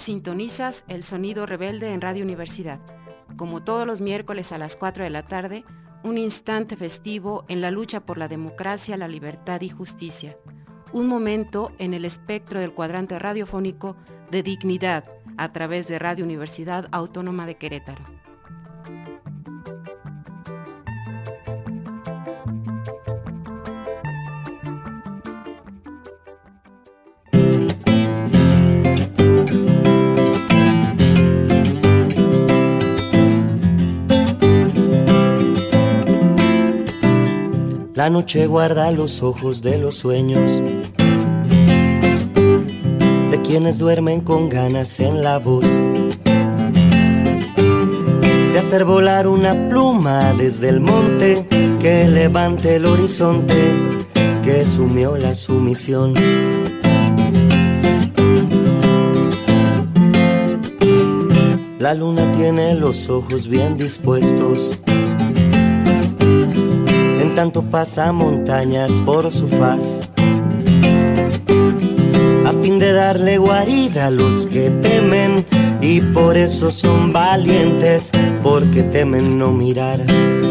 Sintonizas El Sonido Rebelde en Radio Universidad. Como todos los miércoles a las 4 de la tarde, un instante festivo en la lucha por la democracia, la libertad y justicia. Un momento en el espectro del cuadrante radiofónico de dignidad a través de Radio Universidad Autónoma de Querétaro. La noche guarda los ojos de los sueños de quienes duermen con ganas en la voz de hacer volar una pluma desde el monte que levante el horizonte que sumió la sumisión. La luna tiene los ojos bien dispuestos, en tanto pasa montañas por su faz, a fin de darle guarida a los que temen, y por eso son valientes, porque temen no mirar.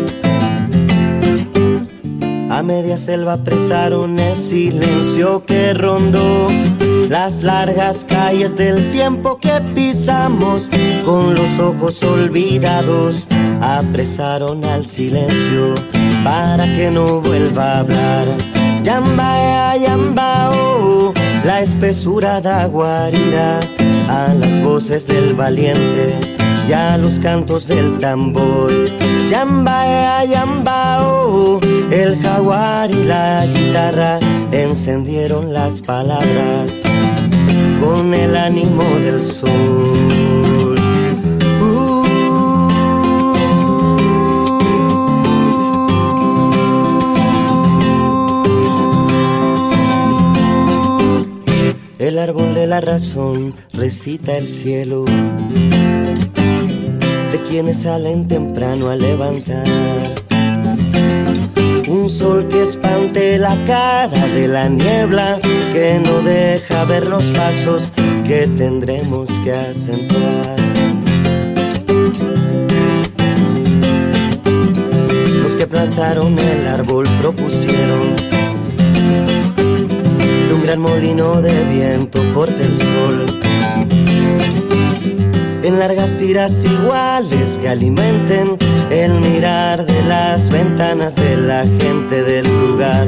A media selva apresaron el silencio que rondó las largas calles del tiempo que pisamos, con los ojos olvidados apresaron al silencio para que no vuelva a hablar. Yamba, yamba, oh, la espesura da guarida a las voces del valiente y a los cantos del tambor. Yamba, yamba, oh, el jaguar y la guitarra encendieron las palabras con el ánimo del sol. El árbol de la razón recita el cielo de quienes salen temprano a levantar un sol que espante la cara de la niebla, que no deja ver los pasos que tendremos que acentuar. Los que plantaron el árbol propusieron que un gran molino de viento corte el sol en largas tiras iguales que alimenten el mirar de las ventanas de la gente del lugar.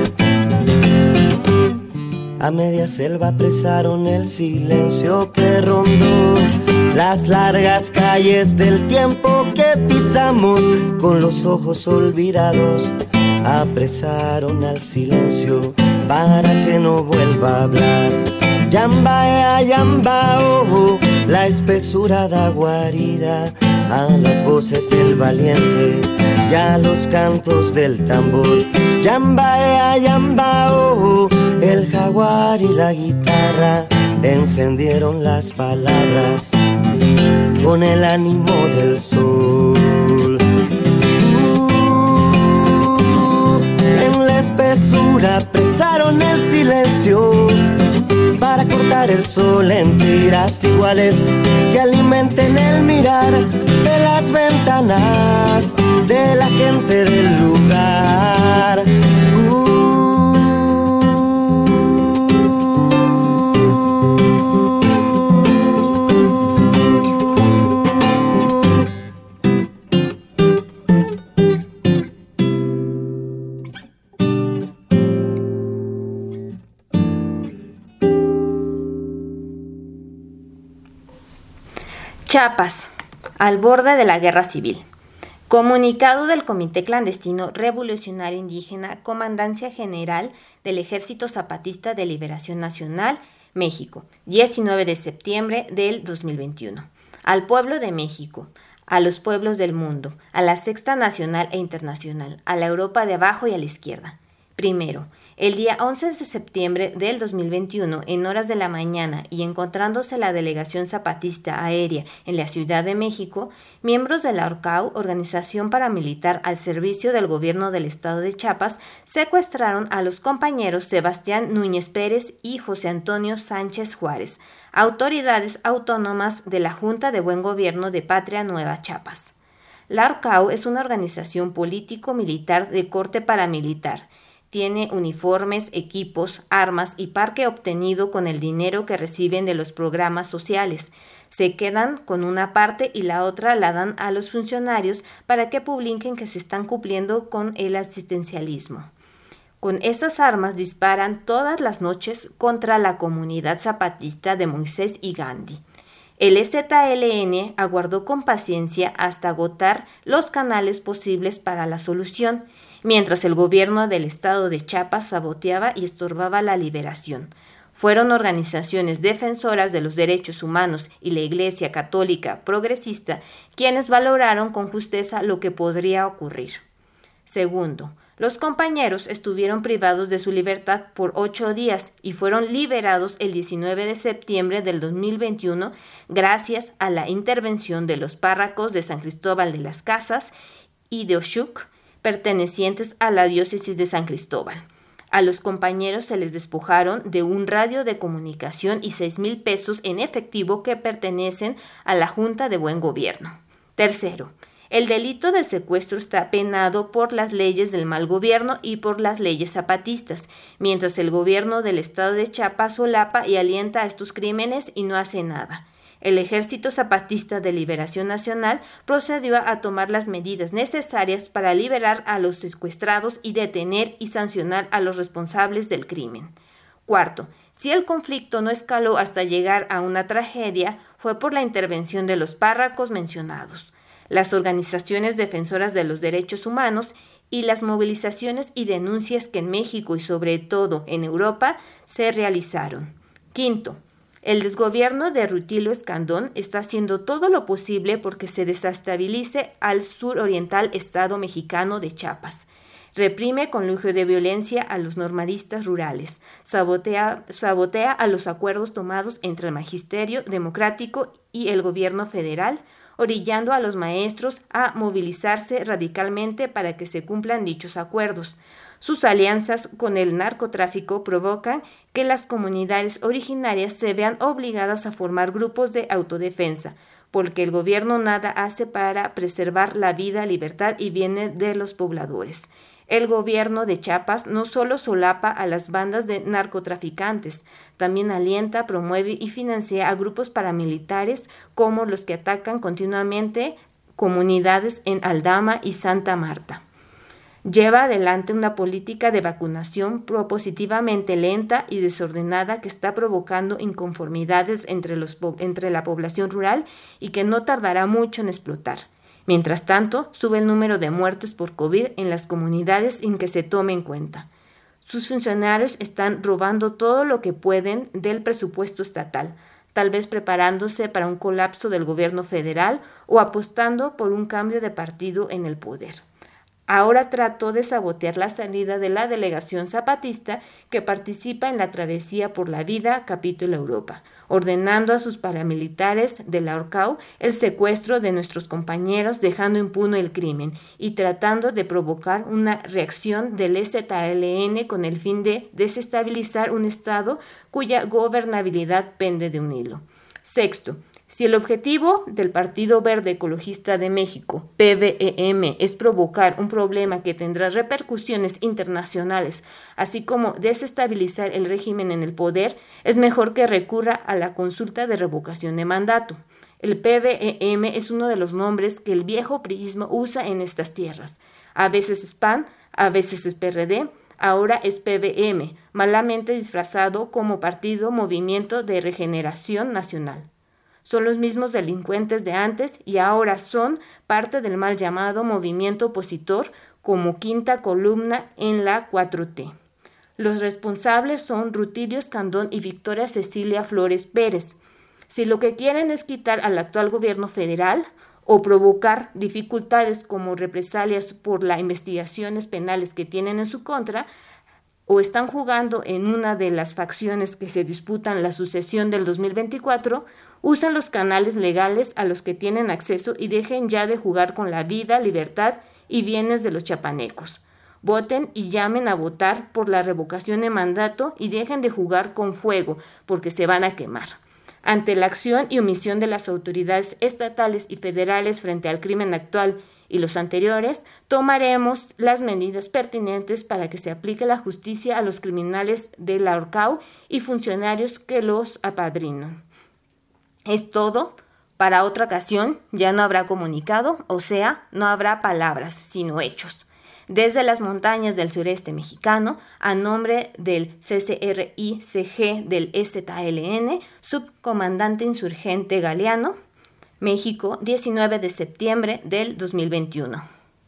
A media selva apresaron el silencio que rondó las largas calles del tiempo que pisamos, con los ojos olvidados apresaron al silencio para que no vuelva a hablar. Yamba, yamba, oh, la espesura da guarida a las voces del valiente y a los cantos del tambor. Yamba, yamba, oh, el jaguar y la guitarra encendieron las palabras con el ánimo del sol. En la espesura apresaron el silencio para cortar el sol en tiras iguales que alimenten el mirar de las ventanas de la gente del lugar. Chiapas, al borde de la guerra civil. Comunicado del Comité Clandestino Revolucionario Indígena, Comandancia General del Ejército Zapatista de Liberación Nacional, México, 19 de septiembre del 2021. Al pueblo de México, a los pueblos del mundo, a la Sexta Nacional e Internacional, a la Europa de abajo y a la izquierda. Primero, El día 11 de septiembre del 2021, en horas de la mañana y encontrándose la delegación zapatista aérea en la Ciudad de México, miembros de la ORCAU, organización paramilitar al servicio del gobierno del estado de Chiapas, secuestraron a los compañeros Sebastián Núñez Pérez y José Antonio Sánchez Juárez, autoridades autónomas de la Junta de Buen Gobierno de Patria Nueva Chiapas. La ORCAU es una organización político-militar de corte paramilitar. Tiene uniformes, equipos, armas y parque obtenido con el dinero que reciben de los programas sociales. Se quedan con una parte y la otra la dan a los funcionarios para que publiquen que se están cumpliendo con el asistencialismo. Con estas armas disparan todas las noches contra la comunidad zapatista de Moisés y Gandhi. El EZLN aguardó con paciencia hasta agotar los canales posibles para la solución, mientras el gobierno del estado de Chiapas saboteaba y estorbaba la liberación. Fueron organizaciones defensoras de los derechos humanos y la Iglesia Católica Progresista quienes valoraron con justeza lo que podría ocurrir. Segundo, los compañeros estuvieron privados de su libertad por 8 días y fueron liberados el 19 de septiembre del 2021 gracias a la intervención de los párrocos de San Cristóbal de las Casas y de Oxuc, pertenecientes a la diócesis de San Cristóbal. A los compañeros se les despojaron de un radio de comunicación y 6,000 pesos en efectivo que pertenecen a la Junta de Buen Gobierno. Tercero, el delito de secuestro está penado por las leyes del mal gobierno y por las leyes zapatistas, mientras el gobierno del estado de Chiapas solapa y alienta a estos crímenes y no hace nada. El Ejército Zapatista de Liberación Nacional procedió a tomar las medidas necesarias para liberar a los secuestrados y detener y sancionar a los responsables del crimen. Cuarto, si el conflicto no escaló hasta llegar a una tragedia, fue por la intervención de los párrocos mencionados, las organizaciones defensoras de los derechos humanos y las movilizaciones y denuncias que en México y sobre todo en Europa se realizaron. Quinto, el desgobierno de Rutilio Escandón está haciendo todo lo posible porque se desestabilice al suroriental estado mexicano de Chiapas. Reprime con lujo de violencia a los normalistas rurales, sabotea a los acuerdos tomados entre el magisterio democrático y el gobierno federal, orillando a los maestros a movilizarse radicalmente para que se cumplan dichos acuerdos. Sus alianzas con el narcotráfico provocan que las comunidades originarias se vean obligadas a formar grupos de autodefensa, porque el gobierno nada hace para preservar la vida, libertad y bienes de los pobladores. El gobierno de Chiapas no solo solapa a las bandas de narcotraficantes, también alienta, promueve y financia a grupos paramilitares como los que atacan continuamente comunidades en Aldama y Santa Marta. Lleva adelante una política de vacunación propositivamente lenta y desordenada que está provocando inconformidades entre la población rural y que no tardará mucho en explotar. Mientras tanto, sube el número de muertes por COVID en las comunidades sin que se tome en cuenta. Sus funcionarios están robando todo lo que pueden del presupuesto estatal, tal vez preparándose para un colapso del gobierno federal o apostando por un cambio de partido en el poder. Ahora trató de sabotear la salida de la delegación zapatista que participa en la Travesía por la Vida capítulo Europa, ordenando a sus paramilitares de la ORCAU el secuestro de nuestros compañeros, dejando impune el crimen y tratando de provocar una reacción del EZLN con el fin de desestabilizar un estado cuya gobernabilidad pende de un hilo. Sexto, si el objetivo del Partido Verde Ecologista de México, PVEM, es provocar un problema que tendrá repercusiones internacionales, así como desestabilizar el régimen en el poder, es mejor que recurra a la consulta de revocación de mandato. El PVEM es uno de los nombres que el viejo priismo usa en estas tierras. A veces es PAN, a veces es PRD, ahora es PVM, malamente disfrazado como Partido Movimiento de Regeneración Nacional. Son los mismos delincuentes de antes y ahora son parte del mal llamado movimiento opositor como quinta columna en la 4T. Los responsables son Rutilio Escandón y Victoria Cecilia Flores Pérez. Si lo que quieren es quitar al actual gobierno federal o provocar dificultades como represalias por las investigaciones penales que tienen en su contra, o están jugando en una de las facciones que se disputan la sucesión del 2024, usen los canales legales a los que tienen acceso y dejen ya de jugar con la vida, libertad y bienes de los chiapanecos. Voten y llamen a votar por la revocación de mandato y dejen de jugar con fuego, porque se van a quemar. Ante la acción y omisión de las autoridades estatales y federales frente al crimen actual y los anteriores, tomaremos las medidas pertinentes para que se aplique la justicia a los criminales de la Orcau y funcionarios que los apadrinan. Es todo. Para otra ocasión ya no habrá comunicado, o sea, no habrá palabras, sino hechos. Desde las montañas del sureste mexicano, a nombre del CCRI-CG del EZLN, subcomandante insurgente Galeano, México, 19 de septiembre del 2021.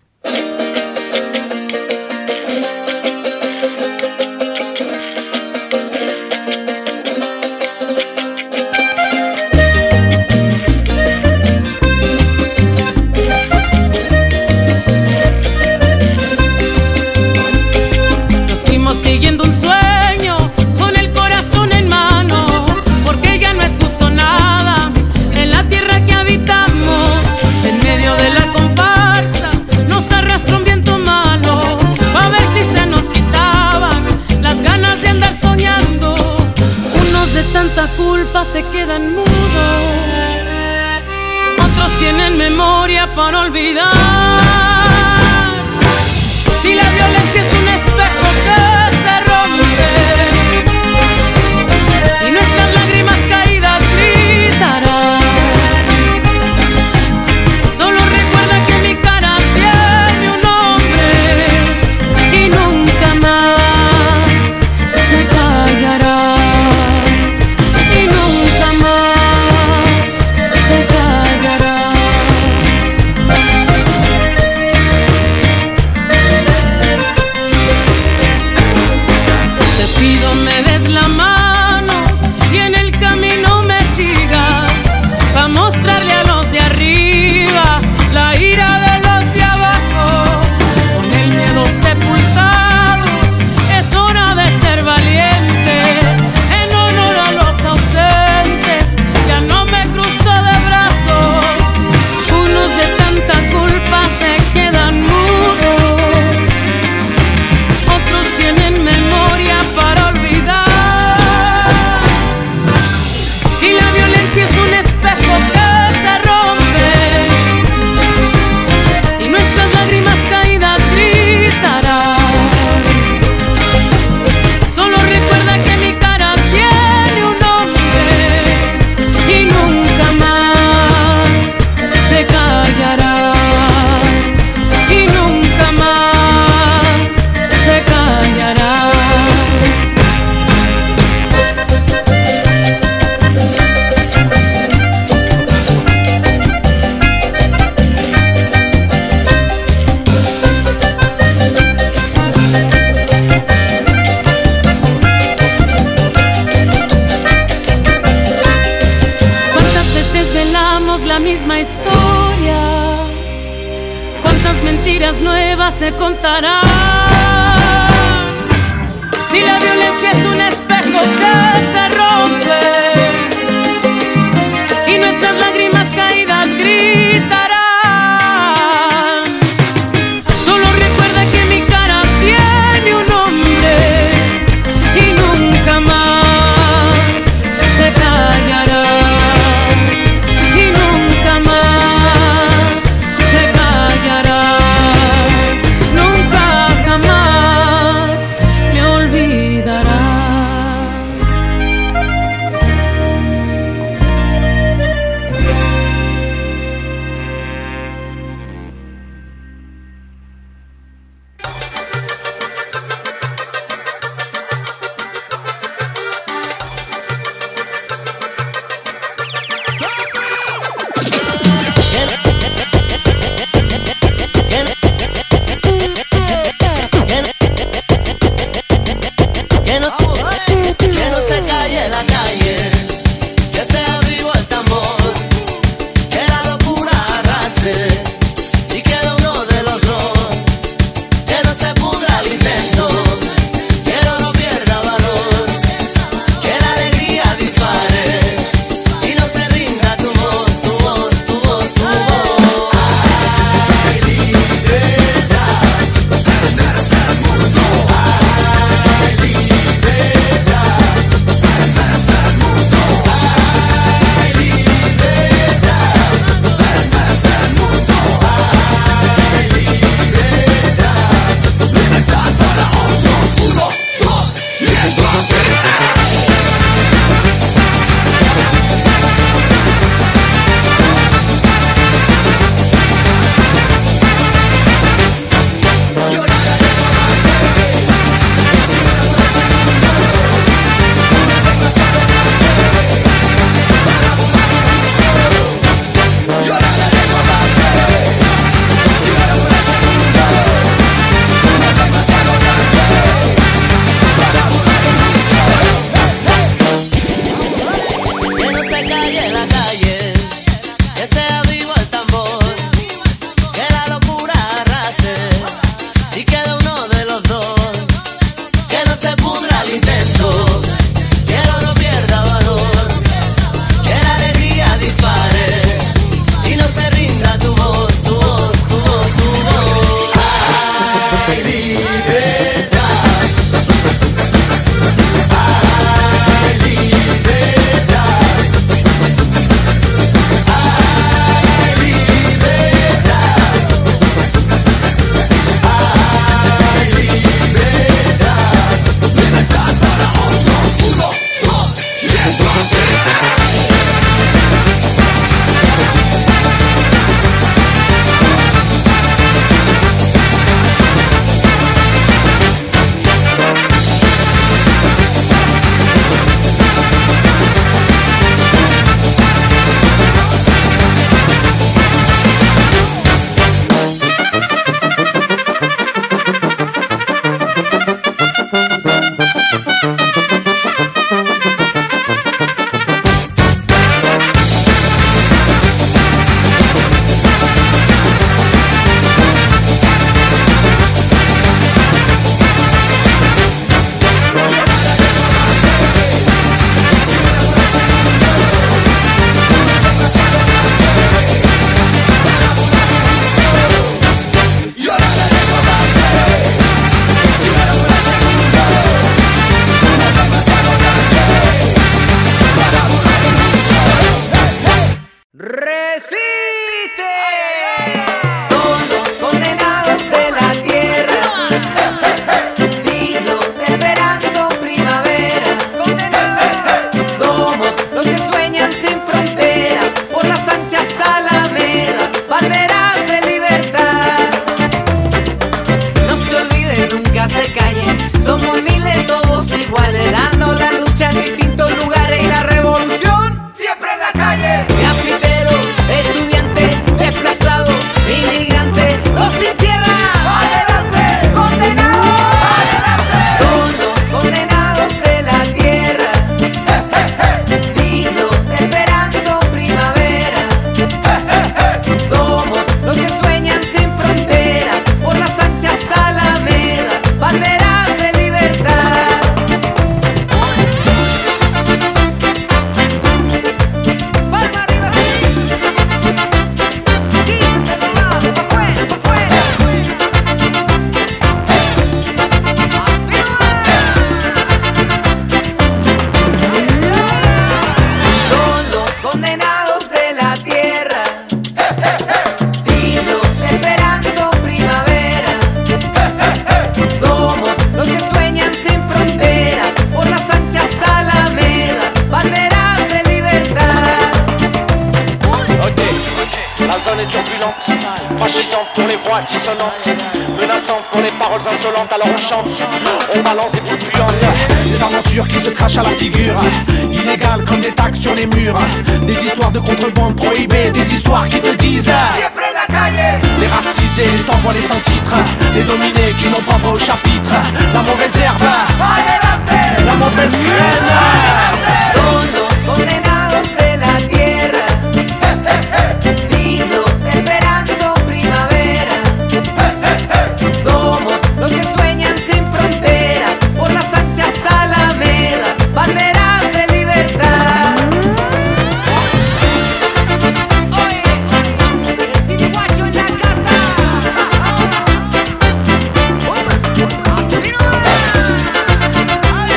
Siguiendo un sueño con el corazón en mano, porque ya no es justo nada en la tierra que habitamos. En medio de la comparsa nos arrastra un viento malo, a ver si se nos quitaban las ganas de andar soñando. Unos de tanta culpa se quedan mudos, otros tienen memoria para olvidar. Si la violencia es un espejo que se rompe y nuestras lágrimas caídas gritarán, solo recuerda que mi cara tiene un nombre y nunca más se callará, y nunca más se callará. Te pido me des la mano y en el camino me sigas, pa' mostrarle a los de arriba la ira de los de abajo. Con el miedo sepultado es hora de ser valiente, en honor a los ausentes ya no me cruzo de brazos. Unos de tanta culpa se quedan mudos, otros tienen memoria para olvidar. Si la violencia es un espejo que se rompe y nuestras lágrimas caídas gritarán, solo recuerda que mi cara tiene un nombre y nunca más se callará, y nunca más se callará. ¿Cuántas veces velamos la misma historia? ¿Cuántas mentiras nuevas se contarán? Si la violencia es un espejo que se rompe y nuestras lágrimas caídas gritarán, solo recuerda que mi cara tiene un nombre y nunca más se callará, y nunca más se callará, nunca fragilisante pour les voix dissonantes, menaçante pour les paroles insolentes. Alors on chante, on balance des boules puantes. Des aventures qui se crachent à la figure, illégales comme des tags sur les murs. Des histoires de contrebande prohibées, des histoires qui te disent les racisés s'envolent sans titre, les dominés qui n'ont pas voix au chapitre. La mauvaise herbe, la mauvaise graine. Son los condenados de la tierra, siglos esperando primaveras. Somos los que sueñan sin fronteras por las anchas alamedas, banderas de libertad. Oye, el ciriguacho en la casa. Así nomás.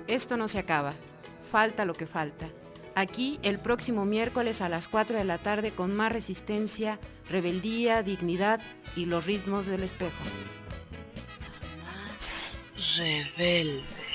Esto no se acaba. Falta lo que falta. Aquí el próximo miércoles a las 4 de la tarde con más resistencia, rebeldía, dignidad y los ritmos del espejo. Más rebelde.